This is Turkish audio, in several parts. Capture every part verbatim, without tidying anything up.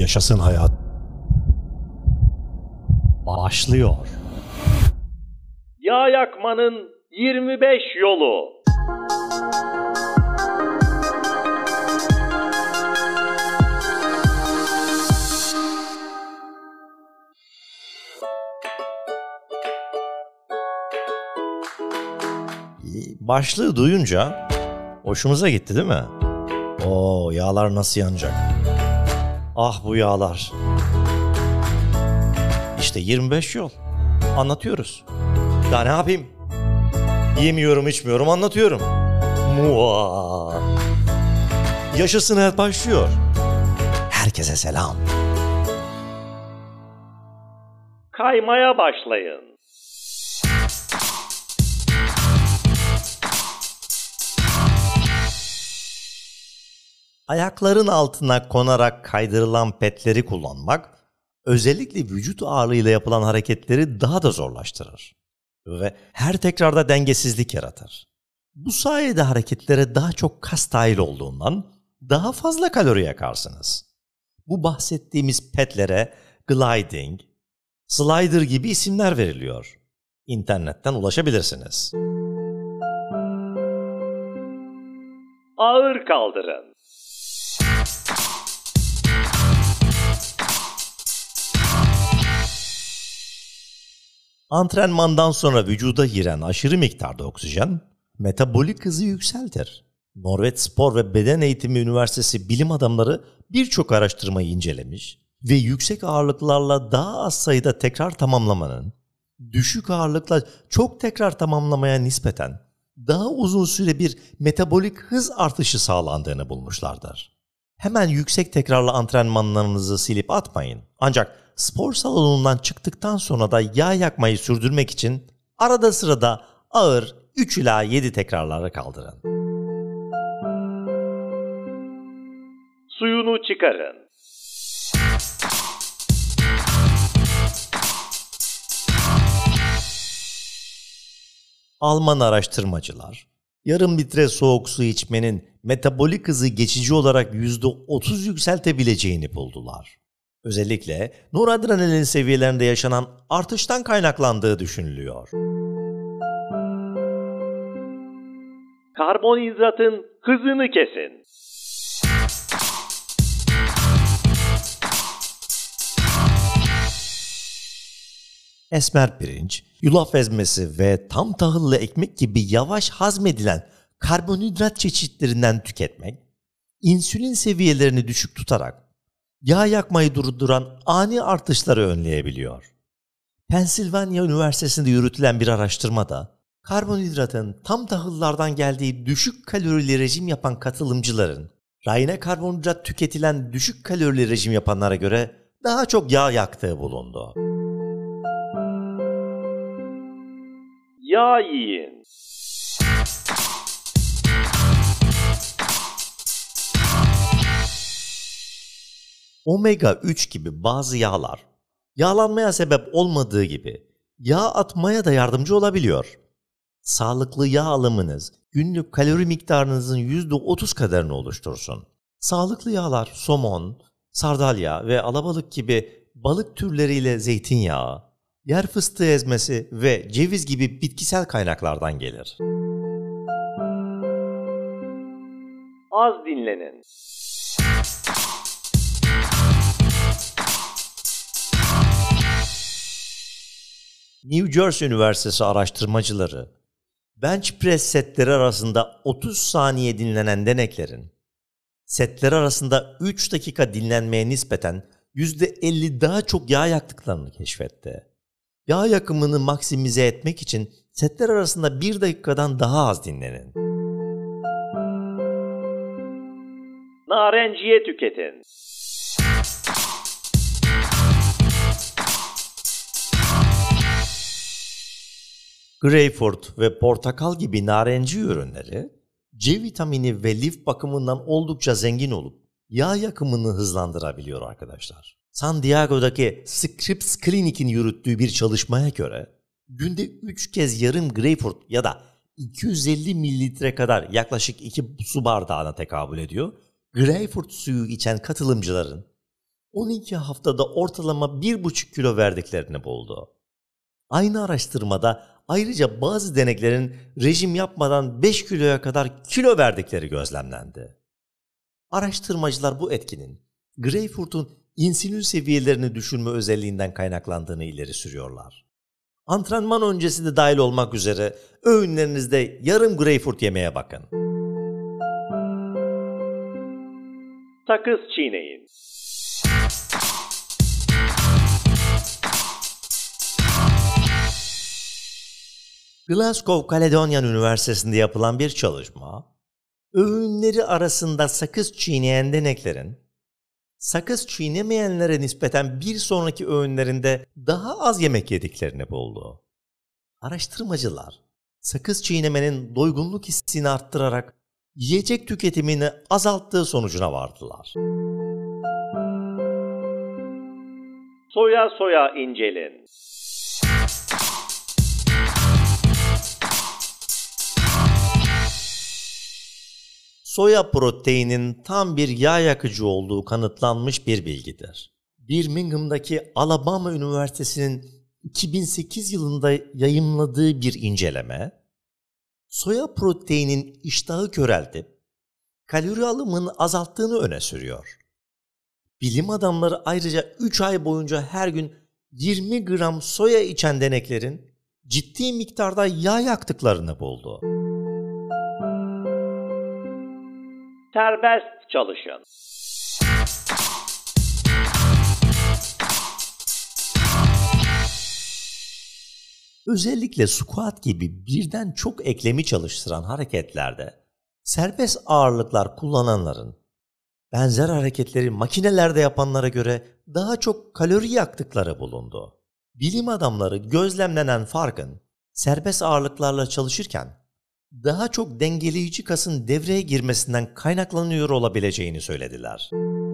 Yaşasın hayat. Başlıyor. Yağ yakmanın yirmi beş yolu. Başlığı duyunca hoşumuza gitti değil mi? Oo, yağlar nasıl yanacak? Ah bu yağlar. İşte yirmi beş yol. Anlatıyoruz. Daha ne yapayım? Yemiyorum, içmiyorum, anlatıyorum. Muah. Yaşasın hayat başlıyor. Herkese selam. Kaymaya başlayın. Ayakların altına konarak kaydırılan petleri kullanmak, özellikle vücut ağırlığıyla yapılan hareketleri daha da zorlaştırır ve her tekrarda dengesizlik yaratır. Bu sayede hareketlere daha çok kas dahil olduğundan daha fazla kalori yakarsınız. Bu bahsettiğimiz petlere gliding, slider gibi isimler veriliyor. İnternetten ulaşabilirsiniz. Ağır kaldırın. Antrenmandan sonra vücuda giren aşırı miktarda oksijen, metabolik hızı yükseltir. Norveç Spor ve Beden Eğitimi Üniversitesi bilim adamları birçok araştırmayı incelemiş ve yüksek ağırlıklarla daha az sayıda tekrar tamamlamanın, düşük ağırlıkla çok tekrar tamamlamaya nispeten daha uzun süre bir metabolik hız artışı sağlandığını bulmuşlardır. Hemen yüksek tekrarlı antrenmanlarınızı silip atmayın. Ancak spor salonundan çıktıktan sonra da yağ yakmayı sürdürmek için arada sırada ağır üç ila yedi tekrarları kaldırın. Suyunu çıkarın. Alman araştırmacılar, yarım litre soğuk su içmenin metabolik hızı geçici olarak yüzde otuz yükseltebileceğini buldular. Özellikle noradrenalin seviyelerinde yaşanan artıştan kaynaklandığı düşünülüyor. Karbonhidratın hızını kesin. Esmer pirinç, yulaf ezmesi ve tam tahıllı ekmek gibi yavaş hazmedilen karbonhidrat çeşitlerinden tüketmek, insülin seviyelerini düşük tutarak yağ yakmayı durduran ani artışları önleyebiliyor. Pensilvanya Üniversitesi'nde yürütülen bir araştırmada karbonhidratın tam tahıllardan geldiği düşük kalorili rejim yapan katılımcıların rayına karbonhidrat tüketilen düşük kalorili rejim yapanlara göre daha çok yağ yaktığı bulundu. Yağ yiyin. Omega üç gibi bazı yağlar, yağlanmaya sebep olmadığı gibi yağ atmaya da yardımcı olabiliyor. Sağlıklı yağ alımınız günlük kalori miktarınızın yüzde otuz kadarını oluştursun. Sağlıklı yağlar somon, sardalya ve alabalık gibi balık türleriyle zeytinyağı, yer fıstığı ezmesi ve ceviz gibi bitkisel kaynaklardan gelir. Az dinlenin. New Jersey Üniversitesi araştırmacıları, bench press setleri arasında otuz saniye dinlenen deneklerin, setler arasında üç dakika dinlenmeye nispeten yüzde elli daha çok yağ yaktıklarını keşfetti. Yağ yakımını maksimize etmek için setler arasında bir dakikadan daha az dinlenin. Narenciye tüketin. Greyfurt ve portakal gibi narenci ürünleri C vitamini ve lif bakımından oldukça zengin olup yağ yakımını hızlandırabiliyor arkadaşlar. San Diego'daki Scripps Clinic'in yürüttüğü bir çalışmaya göre günde üç kez yarım greyfurt ya da iki yüz elli mililitre kadar yaklaşık iki su bardağına tekabül ediyor. Greyfurt suyu içen katılımcıların on iki haftada ortalama bir buçuk kilo verdiklerini buldu. Aynı araştırmada ayrıca bazı deneklerin rejim yapmadan beş kiloya kadar kilo verdikleri gözlemlendi. Araştırmacılar bu etkinin greyfurtun insülin seviyelerini düşürme özelliğinden kaynaklandığını ileri sürüyorlar. Antrenman öncesi de dahil olmak üzere öğünlerinizde yarım greyfurt yemeye bakın. Sakız çiğneyin. Glasgow Caledonian Üniversitesi'nde yapılan bir çalışma, öğünleri arasında sakız çiğneyen deneklerin, sakız çiğnemeyenlere nispeten bir sonraki öğünlerinde daha az yemek yediklerini buldu. Araştırmacılar, sakız çiğnemenin doygunluk hissini arttırarak yiyecek tüketimini azalttığı sonucuna vardılar. Soya soya incelin. Soya proteinin tam bir yağ yakıcı olduğu kanıtlanmış bir bilgidir. Birmingham'daki Alabama Üniversitesi'nin iki bin sekiz yılında yayımladığı bir inceleme, soya proteinin iştahı köreltip kalori alımını azalttığını öne sürüyor. Bilim adamları ayrıca üç ay boyunca her gün yirmi gram soya içen deneklerin ciddi miktarda yağ yaktıklarını buldu. Serbest çalışın. Özellikle squat gibi birden çok eklemi çalıştıran hareketlerde serbest ağırlıklar kullananların benzer hareketleri makinelerde yapanlara göre daha çok kalori yaktıkları bulundu. Bilim adamları gözlemlenen farkın serbest ağırlıklarla çalışırken daha çok dengeleyici kasın devreye girmesinden kaynaklanıyor olabileceğini söylediler.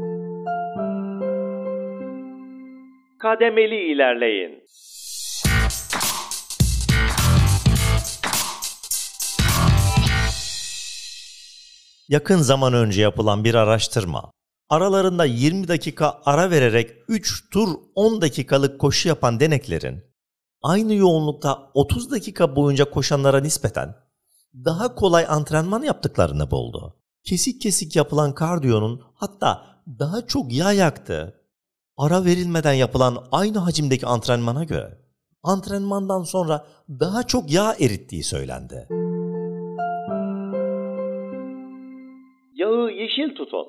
Kademeli ilerleyin. Yakın zaman önce yapılan bir araştırma, aralarında yirmi dakika ara vererek üç tur on dakikalık koşu yapan deneklerin aynı yoğunlukta otuz dakika boyunca koşanlara nispeten daha kolay antrenman yaptıklarını buldu. Kesik kesik yapılan kardiyonun hatta daha çok yağ yaktığı, ara verilmeden yapılan aynı hacimdeki antrenmana göre antrenmandan sonra daha çok yağ erittiği söylendi. Yağı yeşil tutun.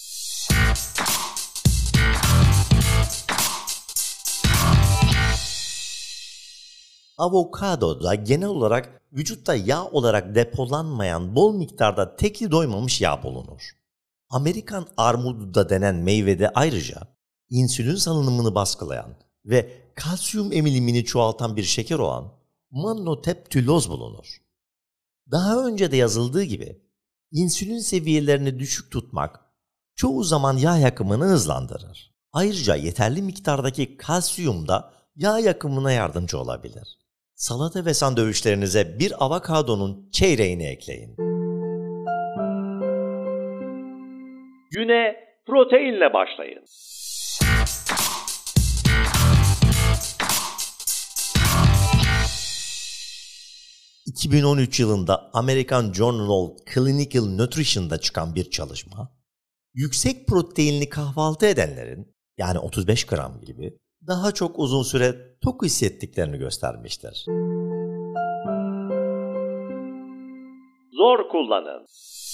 Avokado da genel olarak vücutta yağ olarak depolanmayan bol miktarda tekli doymamış yağ bulunur. Amerikan armudu da denen meyvede ayrıca insülin salınımını baskılayan ve kalsiyum emilimini çoğaltan bir şeker olan mannoteptüloz bulunur. Daha önce de yazıldığı gibi insülin seviyelerini düşük tutmak çoğu zaman yağ yakımını hızlandırır. Ayrıca yeterli miktardaki kalsiyum da yağ yakımına yardımcı olabilir. Salata ve sandviçlerinize bir avokadonun çeyreğini ekleyin. Güne proteinle başlayın. iki bin on üç yılında American Journal of Clinical Nutrition'da çıkan bir çalışma, yüksek proteinli kahvaltı edenlerin, yani otuz beş gram gibi, daha çok uzun süre tok hissettiklerini göstermiştir. Zor kullanın.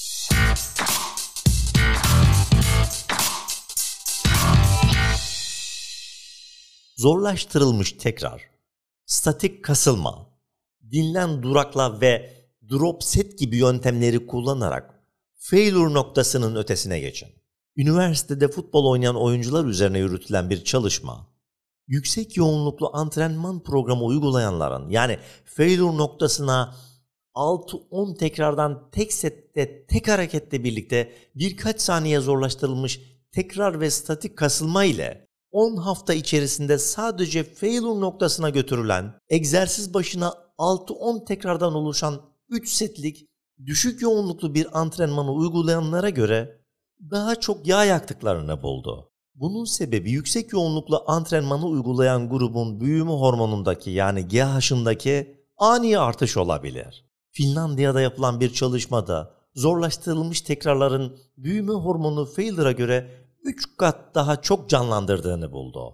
Zorlaştırılmış tekrar, statik kasılma, dinlen durakla ve drop set gibi yöntemleri kullanarak failure noktasının ötesine geçin. Üniversitede futbol oynayan oyuncular üzerine yürütülen bir çalışma, yüksek yoğunluklu antrenman programı uygulayanların, yani failure noktasına altı on tekrardan tek sette tek hareketle birlikte birkaç saniye zorlaştırılmış tekrar ve statik kasılma ile on hafta içerisinde sadece failure noktasına götürülen, egzersiz başına altı on tekrardan oluşan üç setlik düşük yoğunluklu bir antrenmanı uygulayanlara göre daha çok yağ yaktıklarını buldu. Bunun sebebi yüksek yoğunlukla antrenmanı uygulayan grubun büyüme hormonundaki yani G H'ındaki ani artış olabilir. Finlandiya'da yapılan bir çalışmada zorlaştırılmış tekrarların büyüme hormonu Feiler'a göre üç kat daha çok canlandırdığını buldu.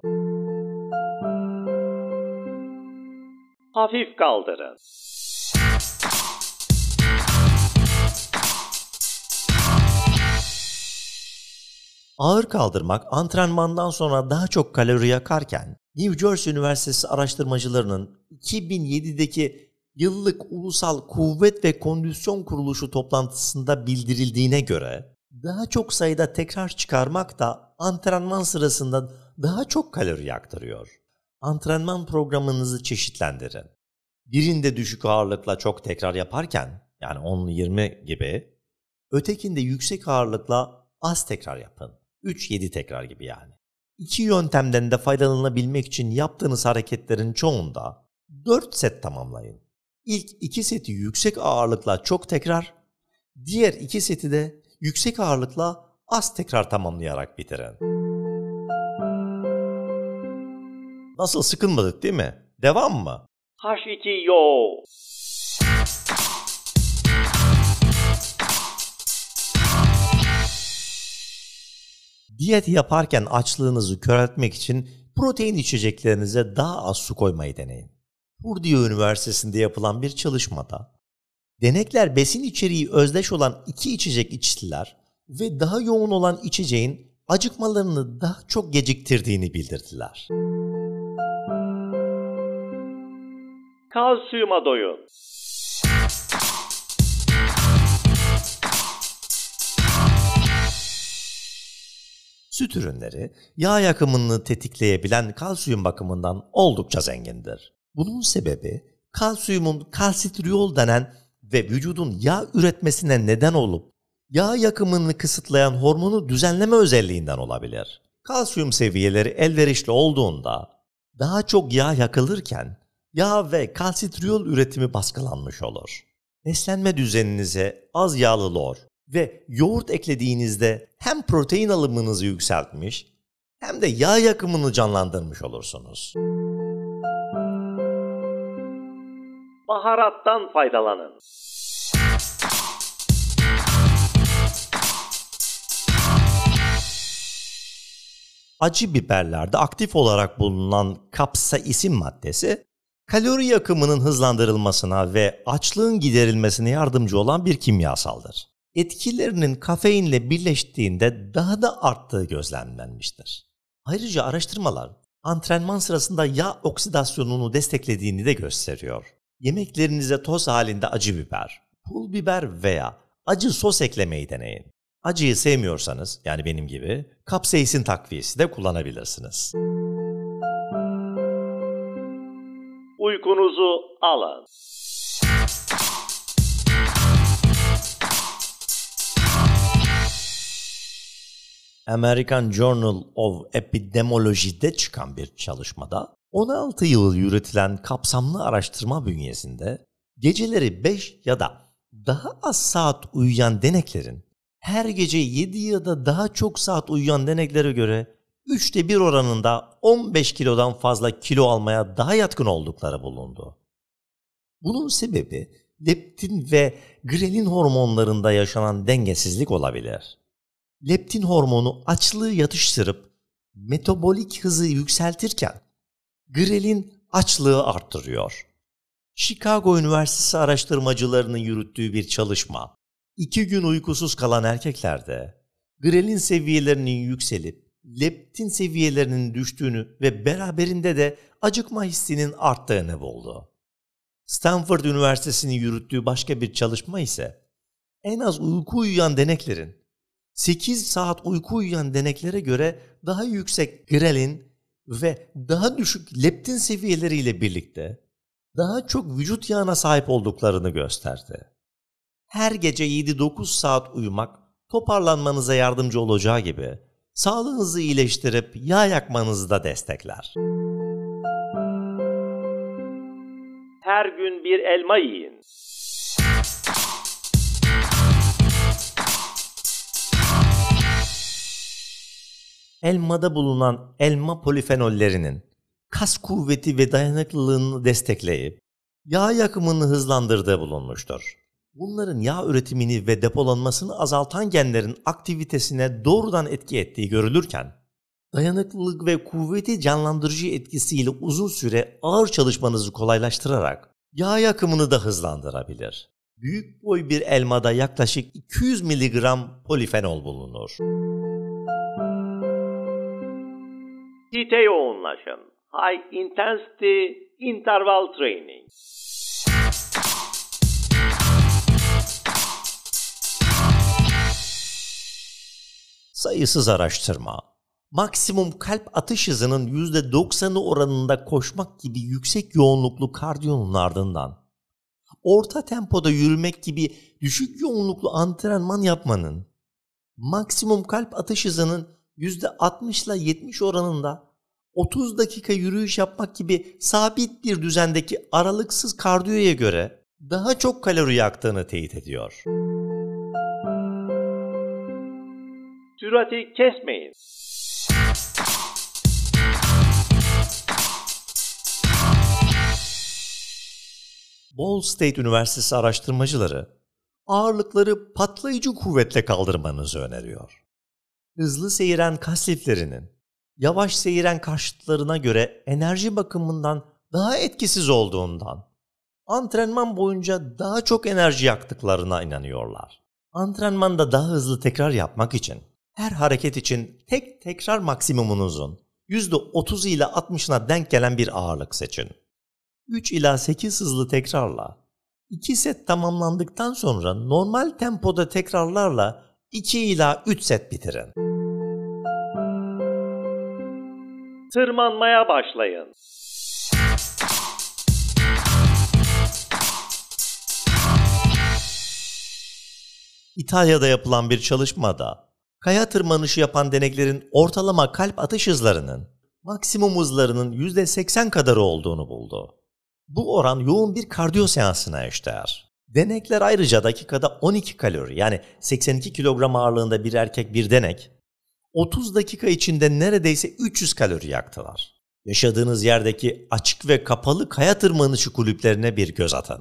Hafif kaldırın. Ağır kaldırmak antrenmandan sonra daha çok kalori yakarken New Jersey Üniversitesi araştırmacılarının iki bin yedideki yıllık Ulusal Kuvvet ve Kondisyon Kuruluşu toplantısında bildirildiğine göre daha çok sayıda tekrar çıkarmak da antrenman sırasında daha çok kalori yaktırıyor. Antrenman programınızı çeşitlendirin. Birinde düşük ağırlıkla çok tekrar yaparken yani on yirmi gibi, ötekinde yüksek ağırlıkla az tekrar yapın. üç yedi tekrar gibi yani. İki yöntemden de faydalanabilmek için yaptığınız hareketlerin çoğunda dört set tamamlayın. İlk iki seti yüksek ağırlıkla çok tekrar, diğer iki seti de yüksek ağırlıkla az tekrar tamamlayarak bitirin. Nasıl, sıkılmadık değil mi? Devam mı? H iki yo. Diyet yaparken açlığınızı köreltmek için protein içeceklerinize daha az su koymayı deneyin. Purdue Üniversitesi'nde yapılan bir çalışmada denekler besin içeriği özdeş olan iki içecek içtiler ve daha yoğun olan içeceğin acıkmalarını daha çok geciktirdiğini bildirdiler. Kalsiyuma doyun. Süt ürünleri yağ yakımını tetikleyebilen kalsiyum bakımından oldukça zengindir. Bunun sebebi kalsiyumun kalsitriol denen ve vücudun yağ üretmesine neden olup yağ yakımını kısıtlayan hormonu düzenleme özelliğinden olabilir. Kalsiyum seviyeleri elverişli olduğunda daha çok yağ yakılırken yağ ve kalsitriol üretimi baskılanmış olur. Beslenme düzeninize az yağlı lor ve yoğurt eklediğinizde hem protein alımınızı yükseltmiş hem de yağ yakımını canlandırmış olursunuz. Baharattan faydalanın. Acı biberlerde aktif olarak bulunan kapsaisin maddesi, kalori yakımının hızlandırılmasına ve açlığın giderilmesine yardımcı olan bir kimyasaldır. Etkilerinin kafeinle birleştiğinde daha da arttığı gözlemlenmiştir. Ayrıca araştırmalar antrenman sırasında yağ oksidasyonunu desteklediğini de gösteriyor. Yemeklerinize toz halinde acı biber, pul biber veya acı sos eklemeyi deneyin. Acıyı sevmiyorsanız, yani benim gibi, kapsaisin takviyesi de kullanabilirsiniz. Uykunuzu alın. American Journal of Epidemiology'de çıkan bir çalışmada on altı yıl yürütülen kapsamlı araştırma bünyesinde geceleri beş ya da daha az saat uyuyan deneklerin her gece yedi ya da daha çok saat uyuyan deneklere göre üçte bir oranında on beş kilodan fazla kilo almaya daha yatkın oldukları bulundu. Bunun sebebi leptin ve grelin hormonlarında yaşanan dengesizlik olabilir. Leptin hormonu açlığı yatıştırıp metabolik hızı yükseltirken grelin açlığı arttırıyor. Chicago Üniversitesi araştırmacılarının yürüttüğü bir çalışma, iki gün uykusuz kalan erkeklerde grelin seviyelerinin yükselip leptin seviyelerinin düştüğünü ve beraberinde de acıkma hissinin arttığını buldu. Stanford Üniversitesi'nin yürüttüğü başka bir çalışma ise en az uyku uyuyan deneklerin sekiz saat uyku uyuyan deneklere göre daha yüksek grelin ve daha düşük leptin seviyeleriyle birlikte daha çok vücut yağına sahip olduklarını gösterdi. Her gece yedi dokuz saat uyumak toparlanmanıza yardımcı olacağı gibi sağlığınızı iyileştirip yağ yakmanızı da destekler. Her gün bir elma yiyin. elmada bulunan elma polifenollerinin kas kuvveti ve dayanıklılığını destekleyip yağ yakımını hızlandırdığı bulunmuştur. Bunların yağ üretimini ve depolanmasını azaltan genlerin aktivitesine doğrudan etki ettiği görülürken, dayanıklılık ve kuvveti canlandırıcı etkisiyle uzun süre ağır çalışmanızı kolaylaştırarak yağ yakımını da hızlandırabilir. Büyük boy bir elmada yaklaşık iki yüz miligram polifenol bulunur. H I I T'e yoğunlaşın. High Intensity Interval Training. Sayısız araştırma, maksimum kalp atış hızının yüzde doksanı oranında koşmak gibi yüksek yoğunluklu kardiyonun ardından, orta tempoda yürümek gibi düşük yoğunluklu antrenman yapmanın, maksimum kalp atış hızının yüzde altmış ile yetmiş oranında otuz dakika yürüyüş yapmak gibi sabit bir düzendeki aralıksız kardiyoya göre daha çok kalori yaktığını teyit ediyor. Sürati kesmeyin. Ball State Üniversitesi araştırmacıları ağırlıkları patlayıcı kuvvetle kaldırmanızı öneriyor. Hızlı seyiren kas liflerinin yavaş seyiren karşıtlarına göre enerji bakımından daha etkisiz olduğundan antrenman boyunca daha çok enerji yaktıklarına inanıyorlar. Antrenmanda daha hızlı tekrar yapmak için her hareket için tek tekrar maksimumunuzun yüzde otuz ile altmışına denk gelen bir ağırlık seçin. üç ila sekiz hızlı tekrarla iki set tamamlandıktan sonra normal tempoda tekrarlarla iki ila üç set bitirin. Tırmanmaya başlayın. İtalya'da yapılan bir çalışmada kaya tırmanışı yapan deneklerin ortalama kalp atış hızlarının maksimum hızlarının yüzde seksen kadarı olduğunu buldu. Bu oran yoğun bir kardiyo seansına eşdeğer. Denekler ayrıca dakikada on iki kalori, yani seksen iki kilogram ağırlığında bir erkek bir denek, otuz dakika içinde neredeyse üç yüz kalori yaktılar. Yaşadığınız yerdeki açık ve kapalı kaya tırmanışı kulüplerine bir göz atın.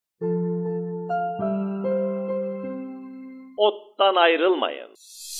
Ottan ayrılmayın.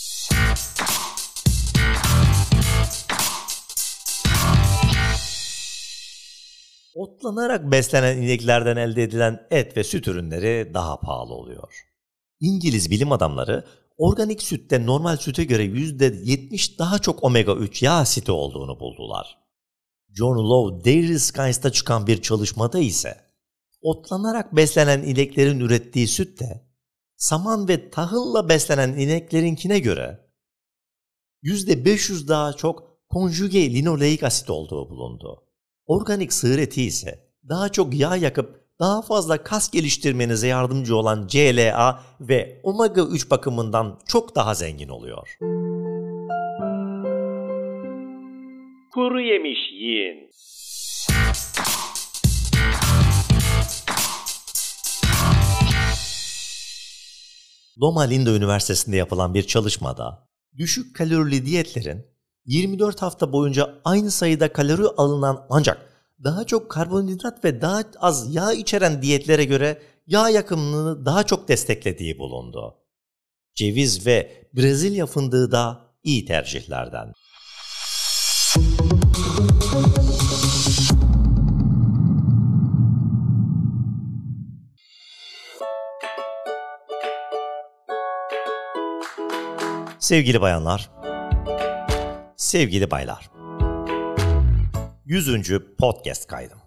Otlanarak beslenen ineklerden elde edilen et ve süt ürünleri daha pahalı oluyor. İngiliz bilim adamları organik sütte normal süte göre yüzde yetmiş daha çok omega üç yağ asidi olduğunu buldular. Journal of Dairy Sciences'ta çıkan bir çalışmada ise otlanarak beslenen ineklerin ürettiği sütte saman ve tahılla beslenen ineklerinkine göre yüzde beş yüz daha çok konjüge linoleik asit olduğu bulundu. Organik sığır eti ise daha çok yağ yakıp daha fazla kas geliştirmenize yardımcı olan C L A ve omega üç bakımından çok daha zengin oluyor. Kuru yemiş yiyin. Loma Linda Üniversitesi'nde yapılan bir çalışmada düşük kalorili diyetlerin yirmi dört hafta boyunca aynı sayıda kalori alınan ancak daha çok karbonhidrat ve daha az yağ içeren diyetlere göre yağ yakımını daha çok desteklediği bulundu. Ceviz ve Brezilya fındığı da iyi tercihlerden. Sevgili bayanlar, sevgili baylar, yüzüncü podcast kaydım.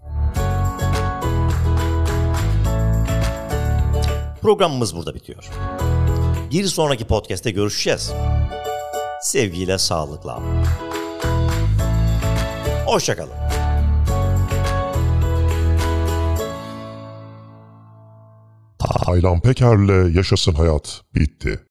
Programımız burada bitiyor. Bir sonraki podcast'te görüşeceğiz. Sevgiyle, sağlıkla. Hoşça kalın. Taylan Peker'le Yaşasın Hayat bitti.